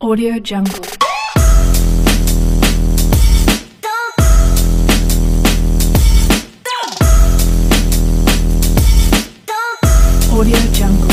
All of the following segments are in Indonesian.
Audio Jungle. Audio Jungle.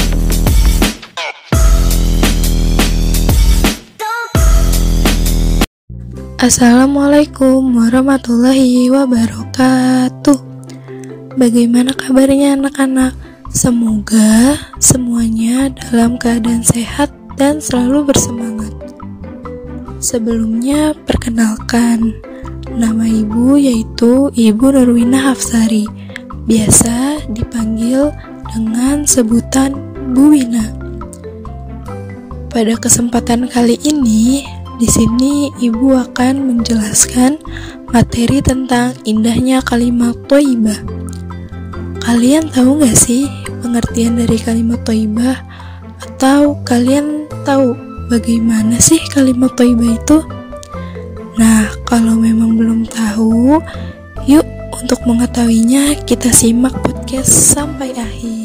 Assalamualaikum warahmatullahi wabarakatuh. Bagaimana kabarnya anak-anak? Semoga semuanya dalam keadaan sehat dan selalu bersemangat. Sebelumnya perkenalkan, nama ibu yaitu Ibu Nurwina Hafsari, biasa dipanggil dengan sebutan Bu Wina. Pada kesempatan kali ini, di sini ibu akan menjelaskan materi tentang indahnya kalimat thayyibah. Kalian tahu gak sih pengertian dari kalimat thayyibah? Atau kalian tahu bagaimana sih kalimat thayyibah itu? Nah, kalau memang belum tahu, yuk untuk mengetahuinya kita simak podcast sampai akhir.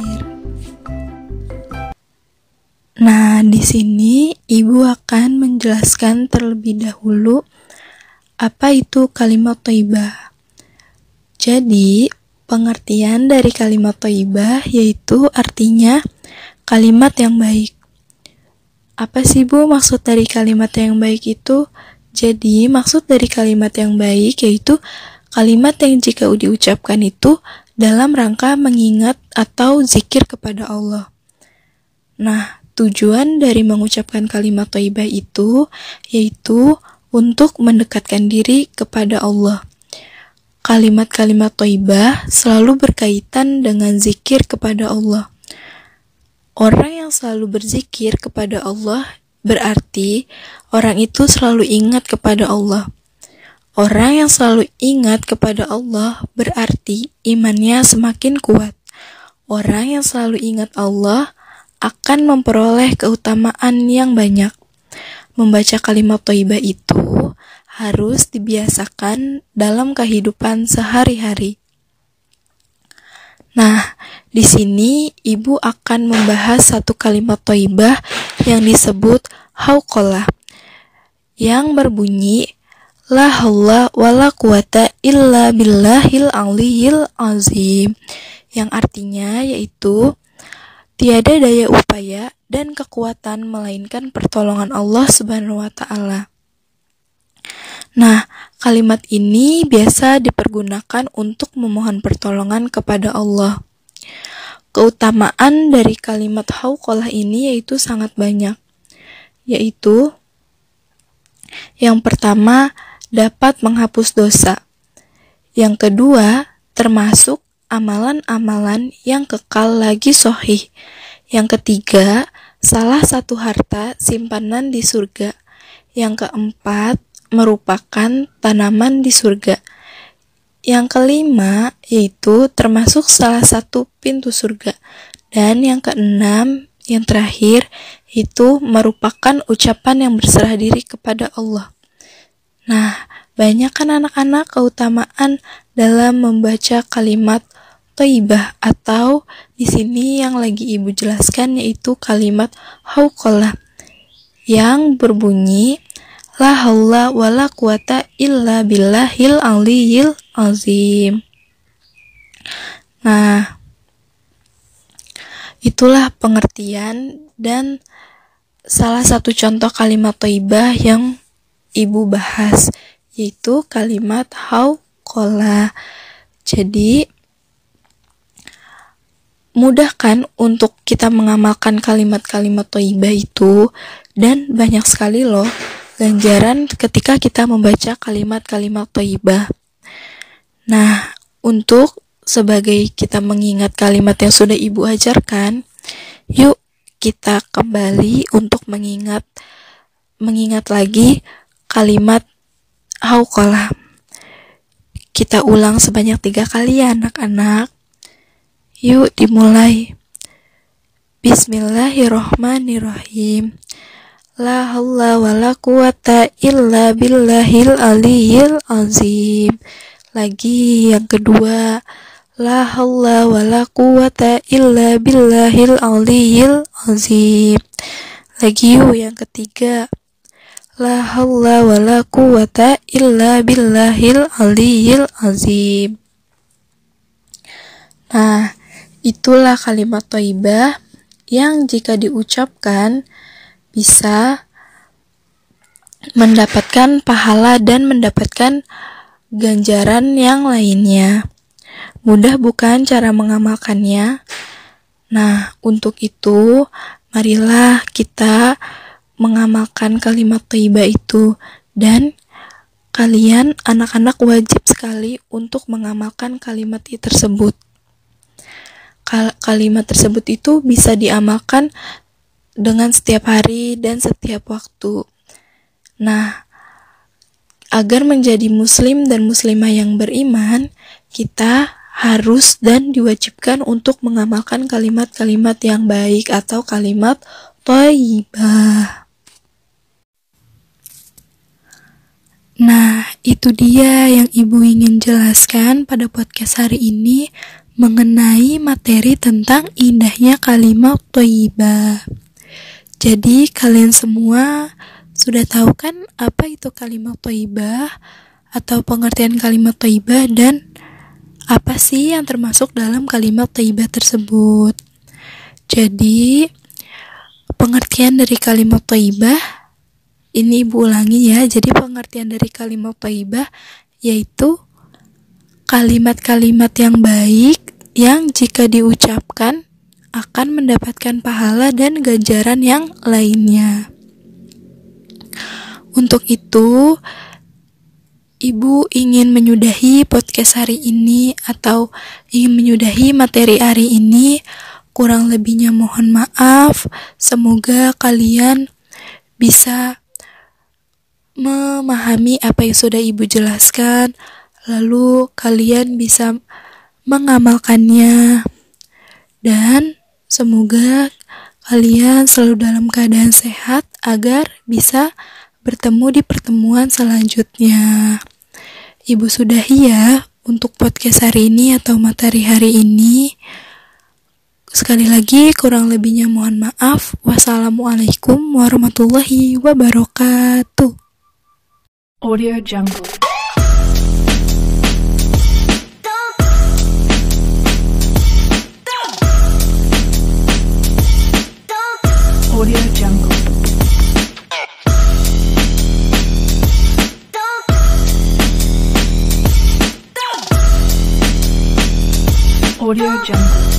Nah, di sini ibu akan menjelaskan terlebih dahulu apa itu kalimat thayyibah. Jadi, pengertian dari kalimat thayyibah yaitu artinya kalimat yang baik. Apa sih Bu maksud dari kalimat yang baik itu? Jadi, maksud dari kalimat yang baik yaitu kalimat yang jika diucapkan itu dalam rangka mengingat atau zikir kepada Allah. Nah, tujuan dari mengucapkan kalimat thayyibah itu yaitu untuk mendekatkan diri kepada Allah. Kalimat-kalimat thayyibah selalu berkaitan dengan zikir kepada Allah. Orang yang selalu berzikir kepada Allah berarti orang itu selalu ingat kepada Allah. Orang yang selalu ingat kepada Allah berarti imannya semakin kuat. Orang yang selalu ingat Allah akan memperoleh keutamaan yang banyak. Membaca kalimat thayyibah itu harus dibiasakan dalam kehidupan sehari-hari. Nah, di sini ibu akan membahas satu kalimat thayyibah yang disebut hauqalah, yang berbunyi la haula wala quwata illa billahil aliyyil azim, yang artinya yaitu tiada daya upaya dan kekuatan melainkan pertolongan Allah Subhanahu wa taala. Nah, kalimat ini biasa dipergunakan untuk memohon pertolongan kepada Allah. Keutamaan dari kalimat hauqalah ini yaitu sangat banyak. Yaitu yang pertama, dapat menghapus dosa. Yang kedua, termasuk amalan-amalan yang kekal lagi sahih. Yang ketiga, salah satu harta simpanan di surga. Yang keempat, merupakan tanaman di surga. Yang kelima, yaitu termasuk salah satu pintu surga. Dan yang keenam, yang terakhir, itu merupakan ucapan yang berserah diri kepada Allah. Nah, banyak kan anak-anak keutamaan dalam membaca kalimat thayyibah, atau di sini yang lagi ibu jelaskan yaitu kalimat hauqalah yang berbunyi la haula wala quwata illa billahil aliyyil azim. Nah, itulah pengertian dan salah satu contoh kalimat thayyibah yang ibu bahas, yaitu kalimat hauqalah. Jadi, mudah kan untuk kita mengamalkan kalimat-kalimat thayyibah itu, dan banyak sekali loh ganjaran ketika kita membaca kalimat-kalimat thayyibah. Nah, untuk sebagai kita mengingat kalimat yang sudah ibu ajarkan, yuk kita kembali untuk mengingat lagi kalimat hauqalah. Kita ulang sebanyak 3 kali ya anak-anak. Yuk dimulai. Bismillahirrohmanirrohim. La haula wala quwata illa billahil aliyyil azim. Lagi yang kedua. La haula wala quwata illa billahil aliyyil azim. Lagi yuk yang ketiga. La haula wa la quwata illa billahil aliyil azim. Nah, itulah kalimat thayyibah yang jika diucapkan bisa mendapatkan pahala dan mendapatkan ganjaran yang lainnya. Mudah bukan cara mengamalkannya? Nah, untuk itu marilah kita mengamalkan kalimat thayyibah itu, dan kalian anak-anak wajib sekali untuk mengamalkan kalimat tersebut. Kalimat tersebut itu bisa diamalkan dengan setiap hari dan setiap waktu. Nah, agar menjadi muslim dan muslimah yang beriman, kita harus dan diwajibkan untuk mengamalkan kalimat-kalimat yang baik atau kalimat thayyibah. Nah, itu dia yang Ibu ingin jelaskan pada podcast hari ini mengenai materi tentang indahnya kalimat thayyibah. Jadi, kalian semua sudah tahu kan apa itu kalimat thayyibah atau pengertian kalimat thayyibah dan apa sih yang termasuk dalam kalimat thayyibah tersebut. Jadi, pengertian dari kalimat thayyibah ini Ibu ulangi ya. Jadi pengertian dari kalimat thayyibah yaitu kalimat-kalimat yang baik yang jika diucapkan akan mendapatkan pahala dan ganjaran yang lainnya. Untuk itu, Ibu ingin menyudahi podcast hari ini atau ingin menyudahi materi hari ini. Kurang lebihnya mohon maaf. Semoga kalian bisa memahami apa yang sudah Ibu jelaskan, lalu kalian bisa mengamalkannya, dan semoga kalian selalu dalam keadaan sehat agar bisa bertemu di pertemuan selanjutnya. Ibu sudahi ya untuk podcast hari ini atau materi hari ini. Sekali lagi kurang lebihnya mohon maaf. Wassalamualaikum warahmatullahi wabarakatuh. Audio Jungle. Audio Jungle. Audio Jungle.